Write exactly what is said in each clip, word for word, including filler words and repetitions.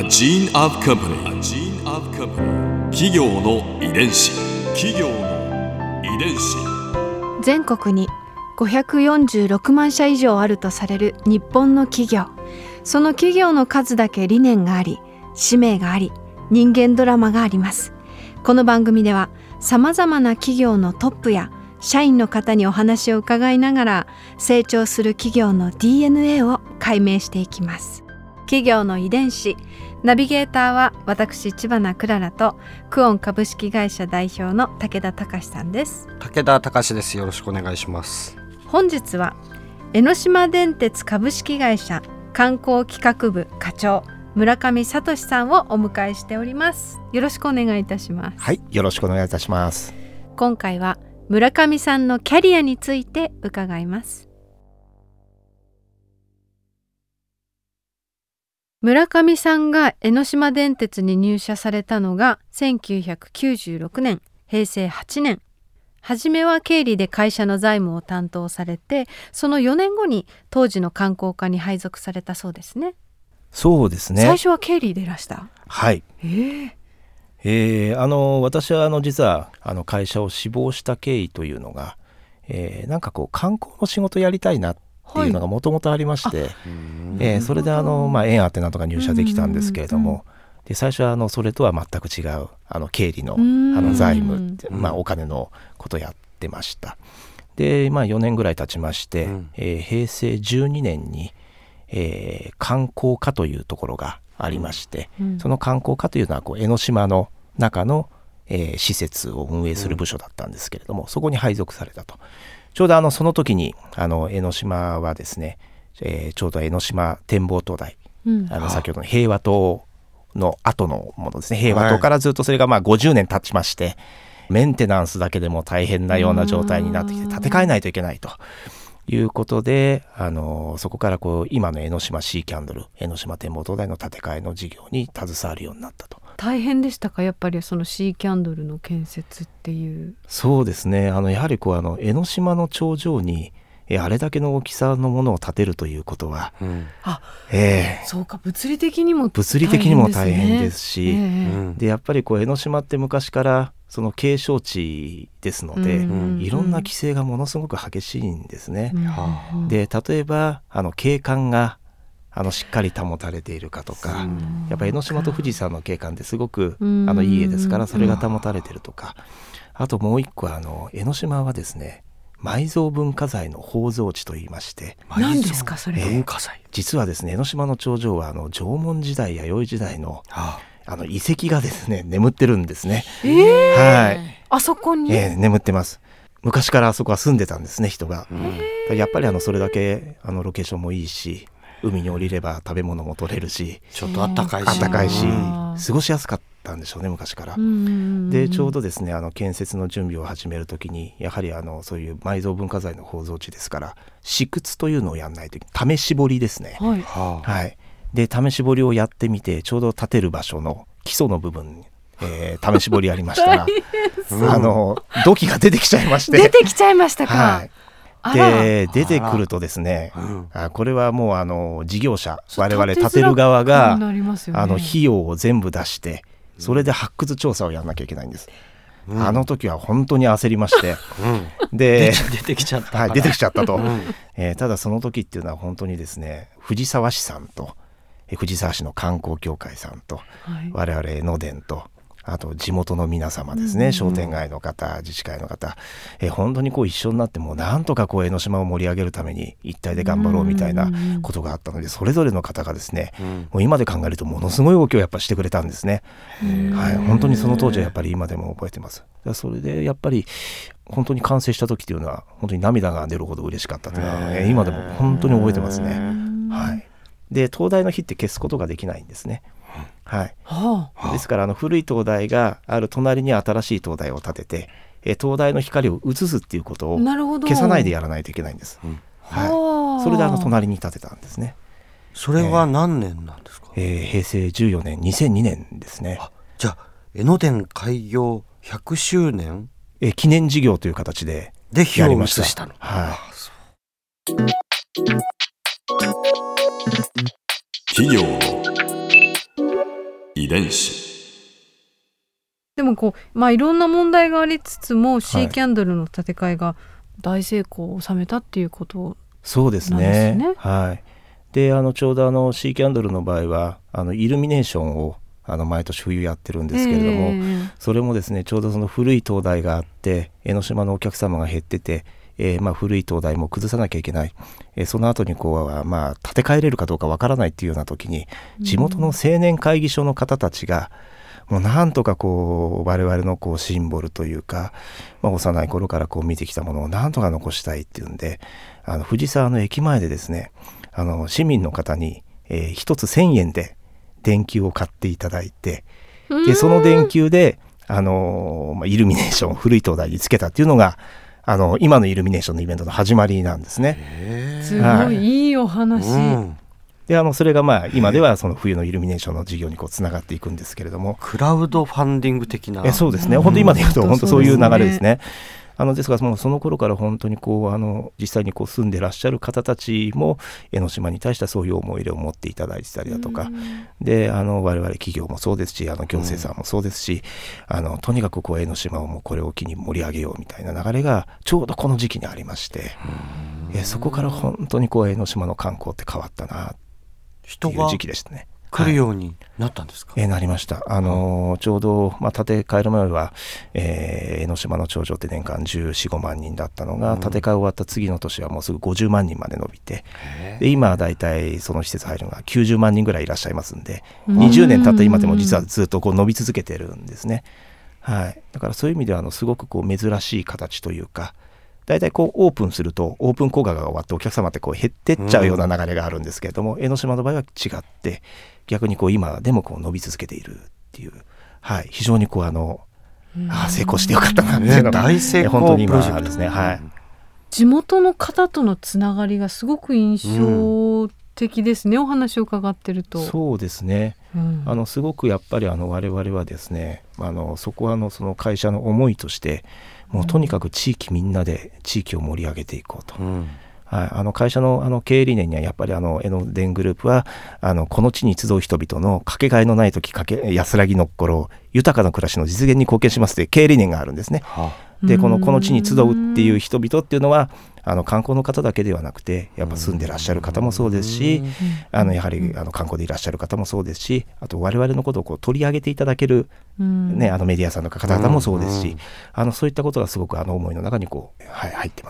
gene of company. A gene of company. 企業の遺伝子。企業の遺伝子。 全国にごひゃくよんじゅうろくまんしゃ以上あるとされる日本の企業。その企業の数だけ理念があり、使命があり、人間ドラマがあります。この番組ではさまざまな企業のトップや社員の方にお話を伺いながら、成長する企業の ディーエヌエー を解明していきます。企業の遺伝子。ナビゲーターは私知花くららとクオン株式会社代表の武田隆さんです。 武田隆です。よろしくお願いします。 本日は江ノ島電鉄株式会社観光企画部課長村上聡さんをお迎えしております。よろしくお願いいたします。 はい、よろしくお願いいたします。 今回は村上さんのキャリアについて伺います。村上さんが江ノ島電鉄に入社されたのがせんきゅうひゃくきゅうじゅうろくねん、へいせいはちねん。初めは経理で会社の財務を担当されて、そのよねんごに当時の観光課に配属されたそうですね。 そうですね。 最初は経理でいらした。 はい。 えーえー、あの私はあの実はあの会社を志望した経緯というのが、えー、なんかこう観光の仕事やりたいなっていうのがもともとありまして、はい、えー、それであの、まあ、縁あってなんとか入社できたんですけれども、うんうんうん、で最初はあのそれとは全く違うあの経理の、あの財務って、まあ、お金のことやってました。で、まあ、よねんぐらい経ちまして、うん、えー、へいせいじゅうにねんに、えー、観光課というところがありまして、うん、その観光課というのはこう江ノ島の中の、えー、施設を運営する部署だったんですけれども、うん、そこに配属されたと。ちょうどあのその時にあの江ノ島はですね、えー、ちょうど江ノ島展望灯台、うん、あの先ほどの平和塔の後のものですね。平和塔からずっとそれがまあごじゅうねん経ちまして、はい、メンテナンスだけでも大変なような状態になってきて建て替えないといけないということで、あのそこからこう今の江ノ島シーキャンドル、江ノ島展望灯台の建て替えの事業に携わるようになったと。 大変でしたか、やっぱりそのシーキャンドルの建設っていう。 そうですね、あのやはりこうあの江ノ島の頂上にえあれだけの大きさのものを建てるということは、うん、あ、 えー、そうか、物理的にも大変ですね。 物理的にも大変ですし、 えー、 でやっぱりこう江ノ島って昔からその景勝地ですので、うん、いろんな規制がものすごく激しいんですね、うん、で例えばあの景観があのしっかり保たれているかとか、うん、やっぱり江ノ島と富士山の景観ってすごく、うん、あのいい絵ですから、それが保たれているとか、うん、あともう一個あの江ノ島はですね、埋蔵文化財の宝蔵地といいまして。 何ですかそれ、 えー、文化財。実はですね、江ノ島の頂上はあの縄文時代弥生時代の、はあ、あの遺跡がですね眠ってるんですね、 えーはい、 あそこに、 えー、眠ってます。昔からあそこは住んでたんですね、人が、うん、やっぱりあのそれだけあのロケーションもいいし、海に降りれば食べ物も取れるし、 ちょっとあったかいし、 あったかいし、過ごしやすかったんでしょうね、昔から。でちょうどですね、あの建設の準備を始めるときに、やはりあのそういう埋蔵文化財の宝蔵地ですから、試掘というのをやんないといけない。試し掘りですね、 はいはい、で試し掘りをやってみて、ちょうど建てる場所の基礎の部分、えー、試し掘りやりましたらあの土器が出てきちゃいまして。 出てきちゃいましたか、 はい、で出てくるとですね、うん、あこれはもうあの事業者、我々建てる側が、ね、あの費用を全部出して、それで発掘調査をやらなきゃいけないんです、うん、あの時は本当に焦りまして、 うん、で出てきちゃった、 はい、出てきちゃったと、うんえー、ただその時っていうのは本当にですね、藤沢市さんと藤沢市の観光協会さんと、はい、我々江ノ電と、あと地元の皆様ですね、うん、商店街の方、自治会の方、え本当にこう一緒になって、もうなんとかこう江ノ島を盛り上げるために一体で頑張ろうみたいなことがあったので、それぞれの方がですね、うん、もう今で考えるとものすごい動きをやっぱしてくれたんですね、はい、本当にその当時はやっぱり今でも覚えてます。それでやっぱり本当に完成した時っていうのは本当に涙が出るほど嬉しかったというのは、ね、今でも本当に覚えてますね、はい、で灯台の火って消すことができないんですね、はい、はあ、ですからあの古い灯台がある隣に新しい灯台を立てて、え灯台の光を移すっていうことを消さないでやらないといけないんです、うん、はい、それであの隣に立てたんですね。 それは何年なんですか？ えー、へいせいじゅうよねん、にせんにねんですね。 あ、じゃあ江ノ電開業ひゃくしゅうねん、 えー、記念事業という形でやりました。 で火を移したの、 はい、 企業の遺伝子。 でもこう、まあ、いろんな問題がありつつも、はい、シーキャンドルの建て替えが大成功を収めたっていうことなんですね。 そうですね、はい、であのちょうどあのシーキャンドルの場合はあのイルミネーションをあの毎年冬やってるんですけれども、えー、それもですねちょうどその古い灯台があって江ノ島のお客様が減ってて、えー、まあ古い灯台も崩さなきゃいけない、えー、その後にこう、まあ、建て替えれるかどうかわからないっていうような時に地元の青年会議所の方たちが、もうなんとかこう我々のこうシンボルというか、まあ、幼い頃からこう見てきたものをなんとか残したいっていうんで、あの藤沢の駅前でですね、あの市民の方に、えー、一つせんえんで電球を買っていただいて、でその電球で、あのーまあ、イルミネーションを古い灯台につけたっていうのがあの今のイルミネーションのイベントの始まりなんですね。 すごいいいお話、はい、うんであのそれがまあ今ではその冬のイルミネーションの事業にこうつながっていくんですけれども、 クラウドファンディング的な、 えそうですね、本当今で言うと本当そういう流れですね。あのですがもうその頃から本当にこうあの実際にこう住んでらっしゃる方たちも江ノ島に対してはそういう思い入れを持っていただいてたりだとか、であの我々企業もそうですし、あの行政さんもそうですし、あのとにかくこう江ノ島をもうこれを機に盛り上げようみたいな流れがちょうどこの時期にありまして、えそこから本当にこう江ノ島の観光って変わったなっていう時期でしたね。 来るようになったんですか？ はい、えー、なりました。あのー、ちょうど、まあ、建て替える前は、えー、江ノ島の頂上って年間じゅうよん、ごまんにんだったのが、うん、建て替え終わった次の年はもうすぐごじゅうまんにんまで伸びて、で今はだいたいその施設入るのがきゅうじゅうまんにんぐらいいらっしゃいますんで、にじゅうねん経った今でも実はずっとこう伸び続けてるんですね。はい、だからそういう意味ではあのすごくこう珍しい形というか、だいたいこうオープンするとオープン効果が終わってお客様ってこう減ってっちゃうような流れがあるんですけれども、うん、江ノ島の場合は違って逆にこう今でもこう伸び続けているっていう、はい、非常にこうあのあ成功してよかったなっていうのが、ね、大成功プロジェクトですね。はい、 地元の方とのつながりがすごく印象的ですね、うん、お話を伺ってると。 そうですね、うん、あのすごくやっぱりあの我々はですね、あのそこはあのその会社の思いとしてもうとにかく地域みんなで地域を盛り上げていこうと、うん、はい、あの会社のあの経営理念にはやっぱりあの江ノ電グループはあのこの地に集う人々のかけがえのない時かけ安らぎの心豊かな暮らしの実現に貢献しますという経営理念があるんですね。はあ、でこのこの地に集うっていう人々っていうのはあの観光の方だけではなくてやっぱ住んでらっしゃる方もそうですし、あのやはりあの観光でいらっしゃる方もそうですし、あと我々のことをこう取り上げていただける、ね、あのメディアさんの方々もそうですし、あのそういったことがすごくあの思いの中にこう、はい、入ってます。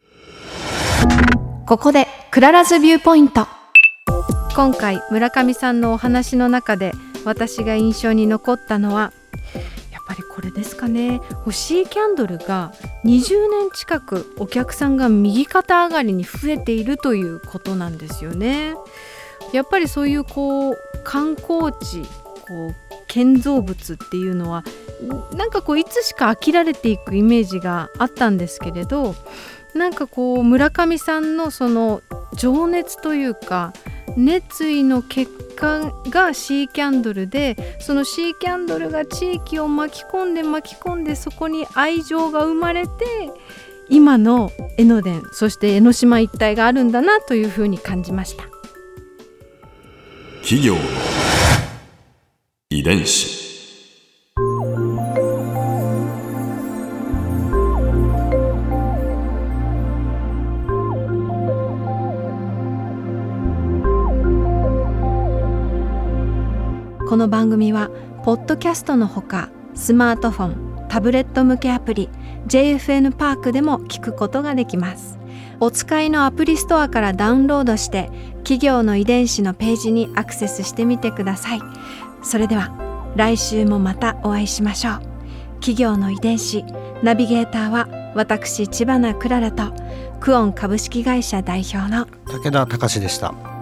ここでクララズビューポイント。今回村上さんのお話の中で私が印象に残ったのはやっぱりこれですかね。シーキャンドルがにじゅうねん近くお客さんが右肩上がりに増えているということなんですよね。やっぱりそういうこう観光地、こう建造物っていうのはなんかこういつしか飽きられていくイメージがあったんですけれど、なんかこう村上さんのその情熱というか熱意の結果がシーキャンドルで、そのシーキャンドルが地域を巻き込んで巻き込んでそこに愛情が生まれて今の江ノ電、そして江ノ島一帯があるんだなというふうに感じました。 企業の遺伝子。 この番組はポッドキャストのほかスマートフォン、タブレット向けアプリ ジェイエフエヌ パークでも聞くことができます。お使いのアプリストアからダウンロードして企業の遺伝子のページにアクセスしてみてください。それでは来週もまたお会いしましょう。企業の遺伝子、ナビゲーターは私知花くららとクオン株式会社代表の武田隆でした。